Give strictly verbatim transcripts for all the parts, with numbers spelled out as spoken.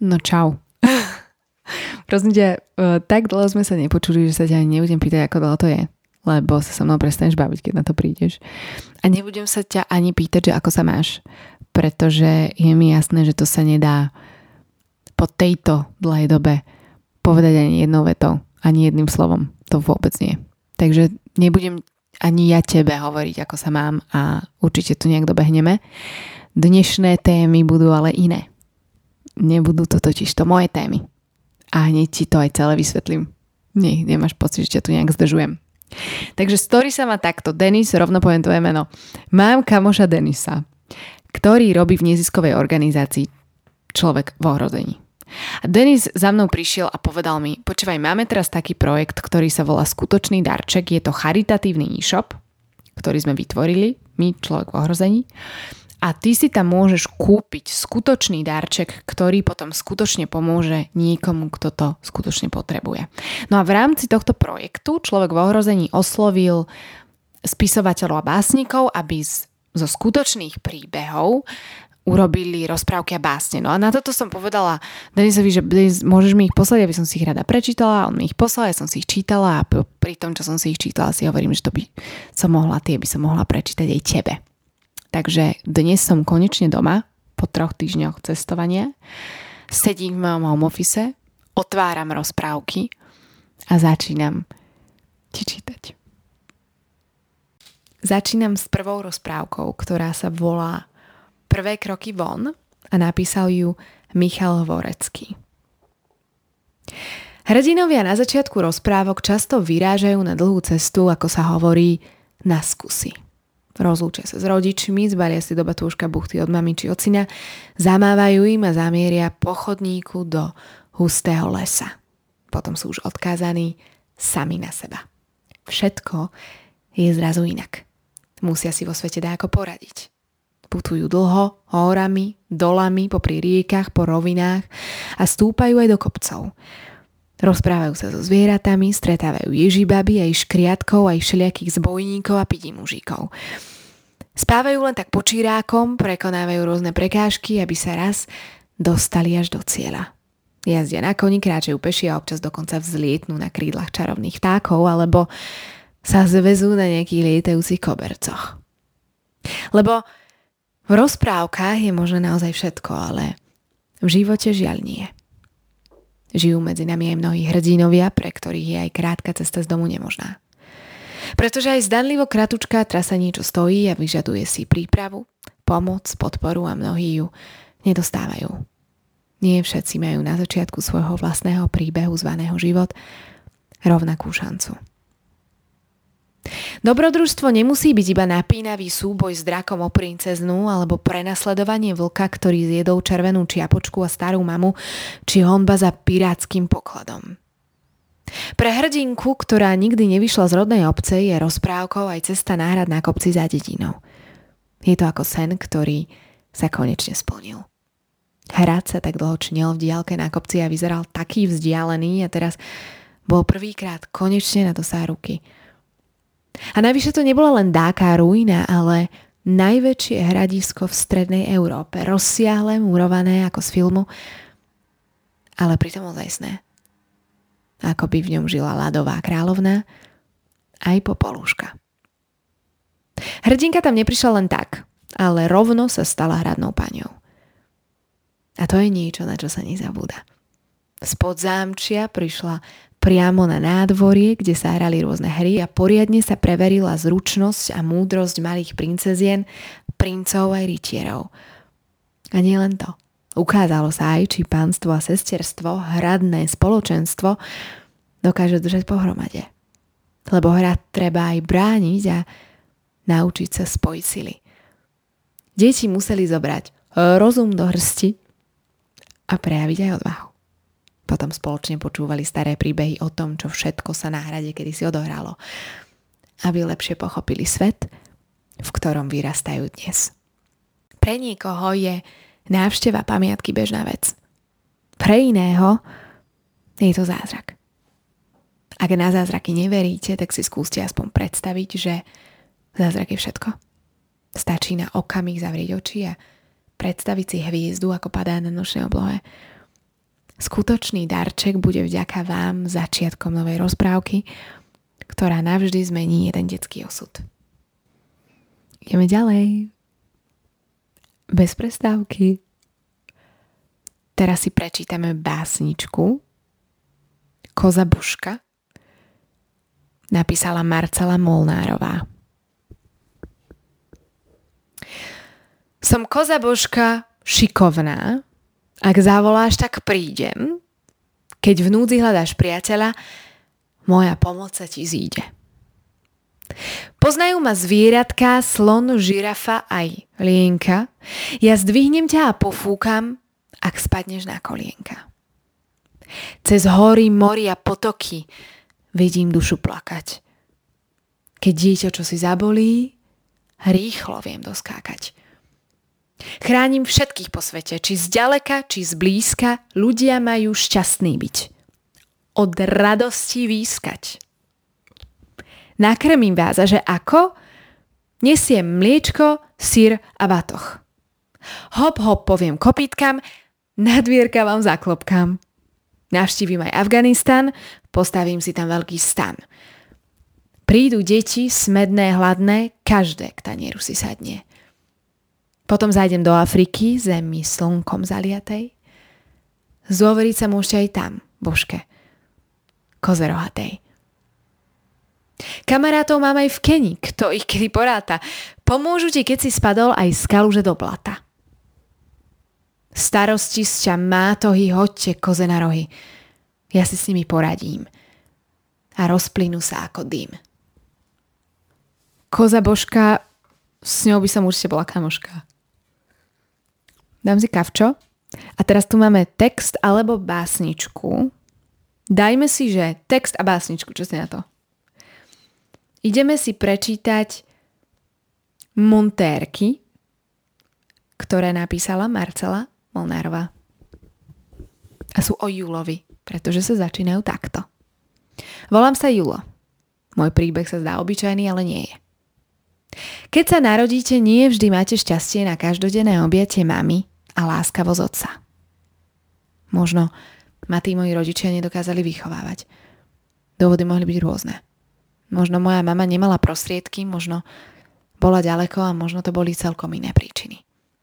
No čau. Prosím ťa, tak dlho sme sa nepočuli, že sa ťa ani nebudem pýtať, ako dlho to je. Lebo sa so mnou prestaneš baviť, keď na to prídeš. A nebudem sa ťa ani pýtať, že ako sa máš. Pretože je mi jasné, že to sa nedá po tejto dlhej dobe povedať ani jednou vetou, ani jedným slovom. To vôbec nie. Takže nebudem ani ja tebe hovoriť, ako sa mám a určite tu nejak dobehneme. Dnešné témy budú ale iné. Nebudú to totiž to moje témy. A hneď ti to aj celé vysvetlím. Nie, nemáš pocit, že ťa tu nejak zdržujem. Takže story sa má takto. Denis, rovno poviem tvoje meno. Mám kamoša Denisa, ktorý robí v neziskovej organizácii Človek v ohrození. A Denis za mnou prišiel a povedal mi, počúvaj, máme teraz taký projekt, ktorý sa volá Skutočný darček. Je to charitatívny e-shop, ktorý sme vytvorili, my Človek v ohrození. A ty si tam môžeš kúpiť skutočný darček, ktorý potom skutočne pomôže niekomu, kto to skutočne potrebuje. No a v rámci tohto projektu Človek v ohrození oslovil spisovateľov a básnikov, aby z, zo skutočných príbehov urobili rozprávky a básne. No a na toto som povedala Denisovi, že Denis, môžeš mi ich poslať, aby som si ich rada prečítala. On mi ich poslal, ja som si ich čítala a pri tom, čo som si ich čítala, si hovorím, že to by som mohla, tie by som mohla prečítať aj tebe. Takže dnes som konečne doma, po troch týždňoch cestovania. Sedím v mojom home office, otváram rozprávky a začínam ti čítať. Začínam s prvou rozprávkou, ktorá sa volá Prvé kroky von a napísal ju Michal Hvorecký. Hrdinovia na začiatku rozprávok často vyrážajú na dlhú cestu, ako sa hovorí, na skúsi. Rozlúčia sa s rodičmi, zbalia si do batúška buchty od mami či ocina, zamávajú im a zamieria po chodníku do hustého lesa. Potom sú už odkázaní sami na seba. Všetko je zrazu inak. Musia si vo svete dáko poradiť. Putujú dlho, hórami, dolami, popri riekach, po rovinách a stúpajú aj do kopcov. Rozprávajú sa so zvieratami, stretávajú ježibaby, aj škriatkov, aj všelijakých zbojníkov a pidí mužíkov. Spávajú len tak počírákom, prekonávajú rôzne prekážky, aby sa raz dostali až do cieľa. Jazdia na koni, kráčajú peši a občas dokonca vzlietnú na krídlach čarovných vtákov alebo sa zvezú na nejakých lietajúcich kobercoch. Lebo v rozprávkach je možné naozaj všetko, ale v živote žiaľ nie. Žijú medzi nami aj mnohí hrdinovia, pre ktorých je aj krátka cesta z domu nemožná. Pretože aj zdanlivo kratučká trasa niečo stojí a vyžaduje si prípravu, pomoc, podporu a mnohí ju nedostávajú. Nie všetci majú na začiatku svojho vlastného príbehu zvaného život rovnakú šancu. Dobrodružstvo nemusí byť iba napínavý súboj s drakom o princeznú alebo prenasledovanie vlka, ktorý zjedol červenú čiapočku a starú mamu, či honba za pirátskym pokladom. Pre hrdinku, ktorá nikdy nevyšla z rodnej obce, je rozprávkou aj cesta na hrad na kopci za dedinou. Je to ako sen, ktorý sa konečne splnil. Hrad sa tak dlho čnel v diaľke na kopci a vyzeral taký vzdialený a teraz bol prvýkrát konečne na dosah ruky. A navyše to nebola len dáká ruina, ale najväčšie hradisko v strednej Európe, rozsiahle, murované ako z filmu, ale pritom ozajstné. Ako by v ňom žila ľadová kráľovna, aj popolúška. Hrdinka tam neprišla len tak, ale rovno sa stala hradnou paňou. A to je niečo, na čo sa nezabúda. Spod zámčia prišla priamo na nádvorie, kde sa hrali rôzne hry a poriadne sa preverila zručnosť a múdrosť malých princezien, princov aj rytierov. A nie len to. Ukázalo sa aj, či pánstvo a sesterstvo, hradné spoločenstvo dokáže držať pohromade. Lebo hrad treba aj brániť a naučiť sa spojiť sily. Deti museli zobrať rozum do hrsti a prejaviť aj odvahu. Potom spoločne počúvali staré príbehy o tom, čo všetko sa na hrade kedysi odohralo, aby lepšie pochopili svet, v ktorom vyrastajú dnes. Pre niekoho je návšteva pamiatky bežná vec. Pre iného je to zázrak. Ak na zázraky neveríte, tak si skúste aspoň predstaviť, že zázrak je všetko. Stačí na okamih zavrieť oči a predstaviť si hviezdu, ako padá na nočnej oblohe. Skutočný darček bude vďaka vám začiatkom novej rozprávky, ktorá navždy zmení jeden detský osud. Ideme ďalej. Bez prestávky. Teraz si prečítame básničku Koza Božka. Napísala Marcela Molnárová. Som koza Božka šikovná, ak zavoláš, tak prídem. Keď v núdzi hľadáš priateľa, moja pomoc sa ti zíde. Poznajú ma zvieratka, slon, žirafa aj lienka. Ja zdvihnem ťa a pofúkam, ak spadneš na kolienka. Cez hory, moria, potoky vidím dušu plakať. Keď dieťa, čo si zabolí, rýchlo viem doskákať. Chránim všetkých po svete, či zďaleka, či zblízka, ľudia majú šťastný byť. Od radosti výskať. Nakrmím vás, a že ako? Nesiem mliečko, syr a batoh. Hop, hop, poviem kopítkam, na dvierka vám zaklopkám. Navštívim aj Afganistan, postavím si tam veľký stan. Prídu deti, smedné, hladné, každé k tanieru si sadne. Potom zájdem do Afriky, zemi slnkom zaliatej. Zoveriť sa môžete aj tam, Božke, koze rohatej. Kamarátov mám aj v Keni, kto ich kedy poráta. Pomôžu ti, keď si spadol aj z kaluže do blata. Starosti z ťa mátohy, hoďte koze na rohy. Ja si s nimi poradím. A rozplynú sa ako dym. Koza Božka, s ňou by som určite bola kamoška. Dám si kavčo. A teraz tu máme text alebo básničku. Dajme si, že text a básničku. Čo si na to? Ideme si prečítať Montérky, ktoré napísala Marcela Molnárová. A sú o Julovi, pretože sa začínajú takto. Volám sa Julo. Môj príbeh sa zdá obyčajný, ale nie je. Keď sa narodíte, nie vždy máte šťastie na každodenné objatie mamy a láskavosť otca. Možno ma tí moji rodičia nedokázali vychovávať. Dôvody mohli byť rôzne. Možno moja mama nemala prostriedky, možno bola ďaleko a možno to boli celkom iné príčiny.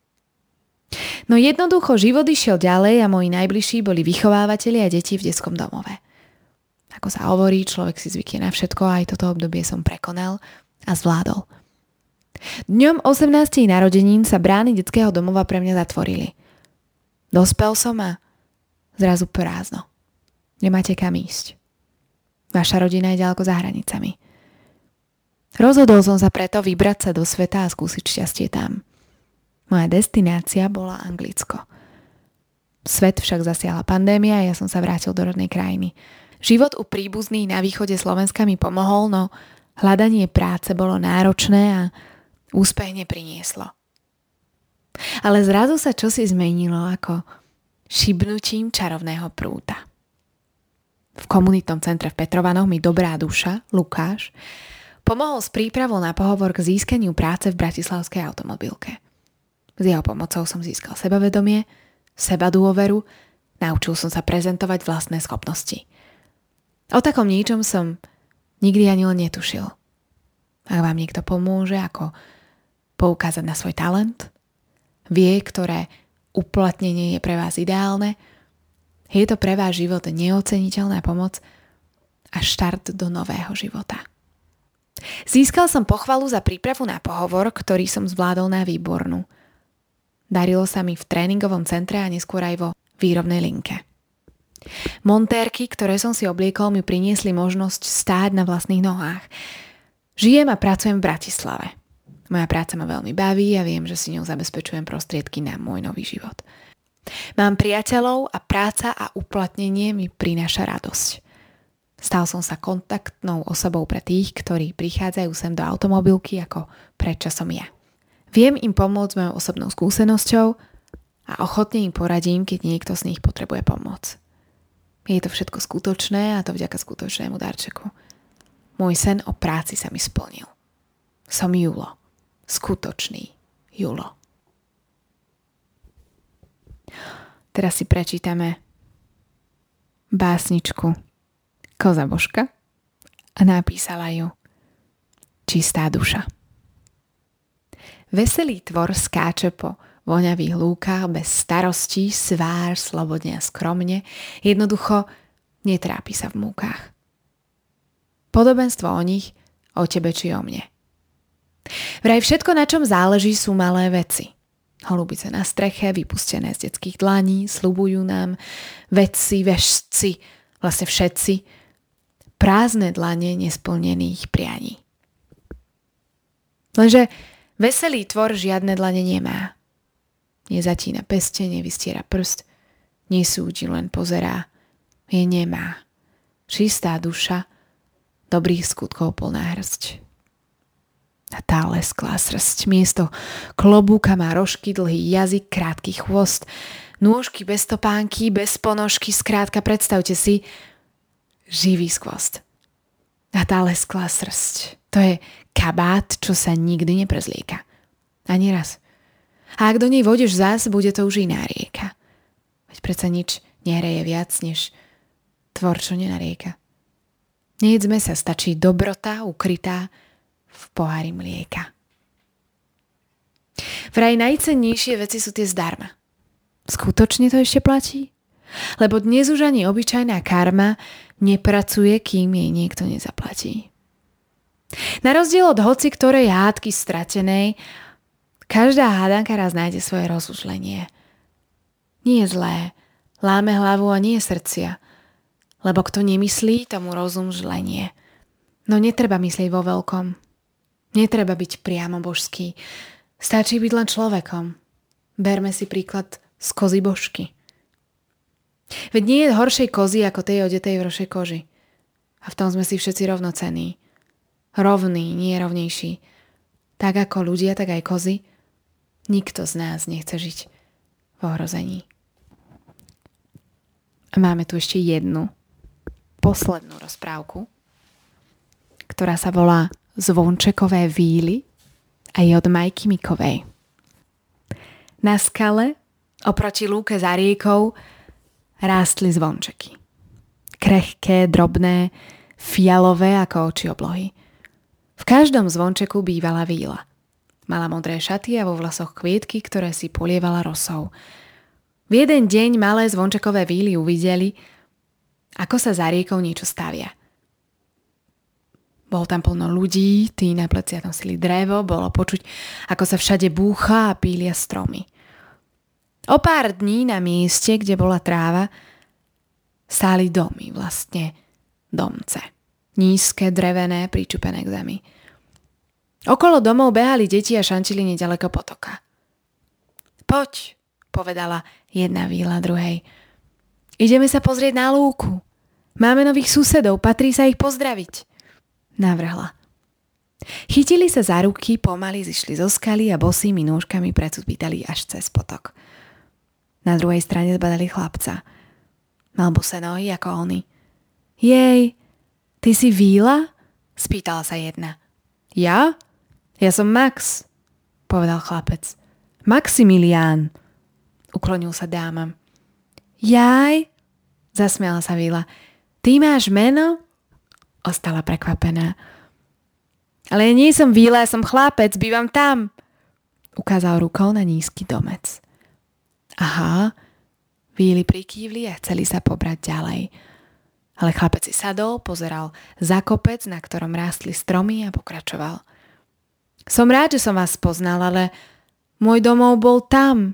No jednoducho život išiel ďalej a moji najbližší boli vychovávateľi a deti v detskom domove. Ako sa hovorí, človek si zvykne na všetko a aj toto obdobie som prekonal a zvládol. Dňom osemnástich narodenín sa brány detského domova pre mňa zatvorili. Dospel som a zrazu prázdno. Nemáte kam ísť. Vaša rodina je ďaleko za hranicami. Rozhodol som sa preto vybrať sa do sveta a skúsiť šťastie tam. Moja destinácia bola Anglicko. Svet však zasiahla pandémia a ja som sa vrátil do rodnej krajiny. Život u príbuzných na východe Slovenska mi pomohol, no hľadanie práce bolo náročné a úspech neprinieslo. Ale zrazu sa čosi zmenilo ako šibnutím čarovného prúta. V komunitnom centre v Petrovanoch mi dobrá duša, Lukáš, pomohol s prípravou na pohovor k získaniu práce v bratislavskej automobilke. S jeho pomocou som získal sebavedomie, sebadôveru, naučil som sa prezentovať vlastné schopnosti. O takom ničom som nikdy ani len netušil. Ak vám niekto pomôže, ako poukázať na svoj talent, vie, ktoré uplatnenie je pre vás ideálne, je to pre váš život neoceniteľná pomoc a štart do nového života. Získal som pochvalu za prípravu na pohovor, ktorý som zvládol na výbornú. Darilo sa mi v tréningovom centre a neskôr aj vo výrobnej linke. Montérky, ktoré som si obliekol, mi priniesli možnosť stáť na vlastných nohách. Žijem a pracujem v Bratislave. Moja práca ma veľmi baví a viem, že si ňou zabezpečujem prostriedky na môj nový život. Mám priateľov a práca a uplatnenie mi prináša radosť. Stal som sa kontaktnou osobou pre tých, ktorí prichádzajú sem do automobilky ako predčasom ja. Viem im pomôcť mojou osobnou skúsenosťou a ochotne im poradím, keď niekto z nich potrebuje pomoc. Je to všetko skutočné a to vďaka skutočnému darčeku. Môj sen o práci sa mi splnil. Som Julo. Skutočný Julo. Teraz si prečítame básničku Koza Božka a napísala ju Čistá duša. Veselý tvor skáče po voňavých lúkach bez starostí, svár, slobodne a skromne, jednoducho netrápi sa v múkach. Podobenstvo o nich, o tebe či o mne. Vraj všetko, na čom záleží, sú malé veci. Holubice na streche, vypustené z detských dlaní, sľubujú nám vedci, vešci, vlastne všetci, prázdne dlane nesplnených prianí. Lenže veselý tvor žiadne dlane nemá. Nezatína peste, nevystiera prst, nesúdi, len pozerá. Je nemá. Čistá duša, dobrých skutkov plná hrst. A tá lesklá srsť. Miesto klobúka má rožky, dlhý jazyk, krátky chvost, nôžky bez topánky, bez ponožky, skrátka predstavte si živý skvost. A tá lesklá srsť. To je kabát, čo sa nikdy neprezlieka. Ani raz. A ak do nej vodeš zás, bude to už iná rieka. Veď predsa nič nehreje viac, než tvor, čo nenarieka. Nejedzme sa, stačí dobrota ukrytá v pohári mlieka. Vraj najcennejšie veci sú tie zdarma. Skutočne to ešte platí? Lebo dnes už ani obyčajná karma nepracuje, kým jej niekto nezaplatí. Na rozdiel od hoci ktorej hádky stratenej, každá hádanka raz nájde svoje rozuzlenie. Nie je zlé, láme hlavu a nie srdcia, lebo kto nemyslí, tomu rozum žlenie. No netreba myslieť vo veľkom. Netreba byť priamo božský. Stačí byť len človekom. Berme si príklad z kozy Božky. Veď nie je horšej kozy ako tej odetej v rošej koži. A v tom sme si všetci rovnocenní. Rovný, nie rovnejší. Tak ako ľudia, tak aj kozy. Nikto z nás nechce žiť v ohrození. A máme tu ešte jednu, poslednú rozprávku, ktorá sa volá Zvončekové víly a je od Majky Mikovej. Na skale, oproti lúke za riekou, rástli zvončeky. Krehké, drobné, fialové ako oči oblohy. V každom zvončeku bývala víla. Mala modré šaty a vo vlasoch kvietky, ktoré si polievala rosou. V jeden deň malé zvončekové víly uvideli, ako sa za riekou niečo stavia. Bolo tam plno ľudí, tí na pleciach nosili drevo, bolo počuť, ako sa všade búcha a pília stromy. O pár dní na mieste, kde bola tráva, stáli domy, vlastne domce. Nízke, drevené, pričupené k zemi. Okolo domov behali deti a šančili nedaleko potoka. Poď, povedala jedna víla druhej. Ideme sa pozrieť na lúku. Máme nových susedov, patrí sa ich pozdraviť. Navrhla. Chytili sa za ruky, pomaly zišli zo skaly a bosými nôžkami precupítali až cez potok. Na druhej strane zbadali chlapca. Mal bose nohy ako oni. Jej, ty si víla? Spýtala sa jedna. Ja? Ja som Max, povedal chlapec. Maximilián, uklonil sa dámam. Jaj, zasmiala sa víla. Ty máš meno? Ostala prekvapená. Ale ja nie som víla, ja som chlapec, bývam tam. Ukázal rukou na nízky domec. Aha, víly prikývli a chceli sa pobrať ďalej. Ale chlapec si sadol, pozeral za kopec, na ktorom rástli stromy a pokračoval. Som rád, že som vás spoznal, ale môj domov bol tam.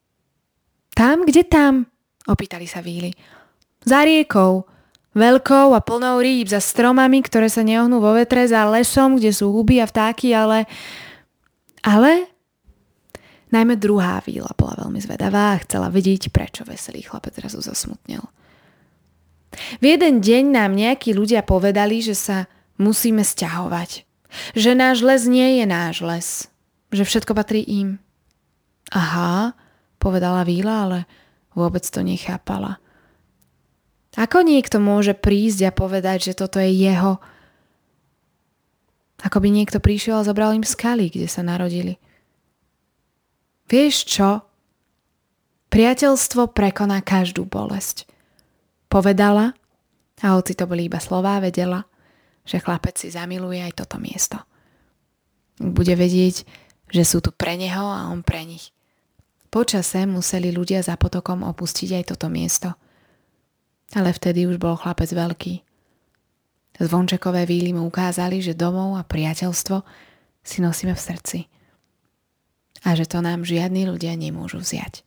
Tam? Kde tam? Opýtali sa víly. Za riekou. Veľkou a plnou rýb, za stromami, ktoré sa neohnú vo vetre, za lesom, kde sú huby a vtáky, ale... Ale? Najmä druhá víla bola veľmi zvedavá a chcela vidieť, prečo veselý chlapec zrazu zasmutnel. V jeden deň nám nejakí ľudia povedali, že sa musíme sťahovať. Že náš les nie je náš les. Že všetko patrí im. Aha, povedala víla, ale vôbec to nechápala. Ako niekto môže prísť a povedať, že toto je jeho? Ako by niekto prišiel a zobral im skaly, kde sa narodili. Vieš čo? Priateľstvo prekoná každú bolesť. Povedala, a hoci to boli iba slová, vedela, že chlapec si zamiluje aj toto miesto. Bude vedieť, že sú tu pre neho a on pre nich. Počase museli ľudia za potokom opustiť aj toto miesto. Ale vtedy už bol chlapec veľký. Zvončekové víly mu ukázali, že domov a priateľstvo si nosíme v srdci. A že to nám žiadni ľudia nemôžu vziať.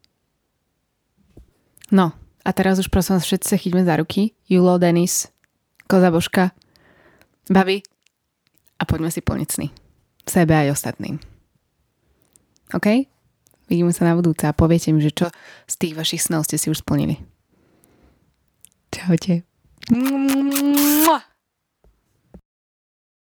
No, a teraz už prosím vás všetci sa chyťme za ruky. Julo, Denis, Koza Božka, babi a poďme si plniť sny. Sebe aj ostatným. OK? Vidíme sa na budúce a poviete mi, že čo z tých vašich snov ste si už splnili. Čaute. Mua.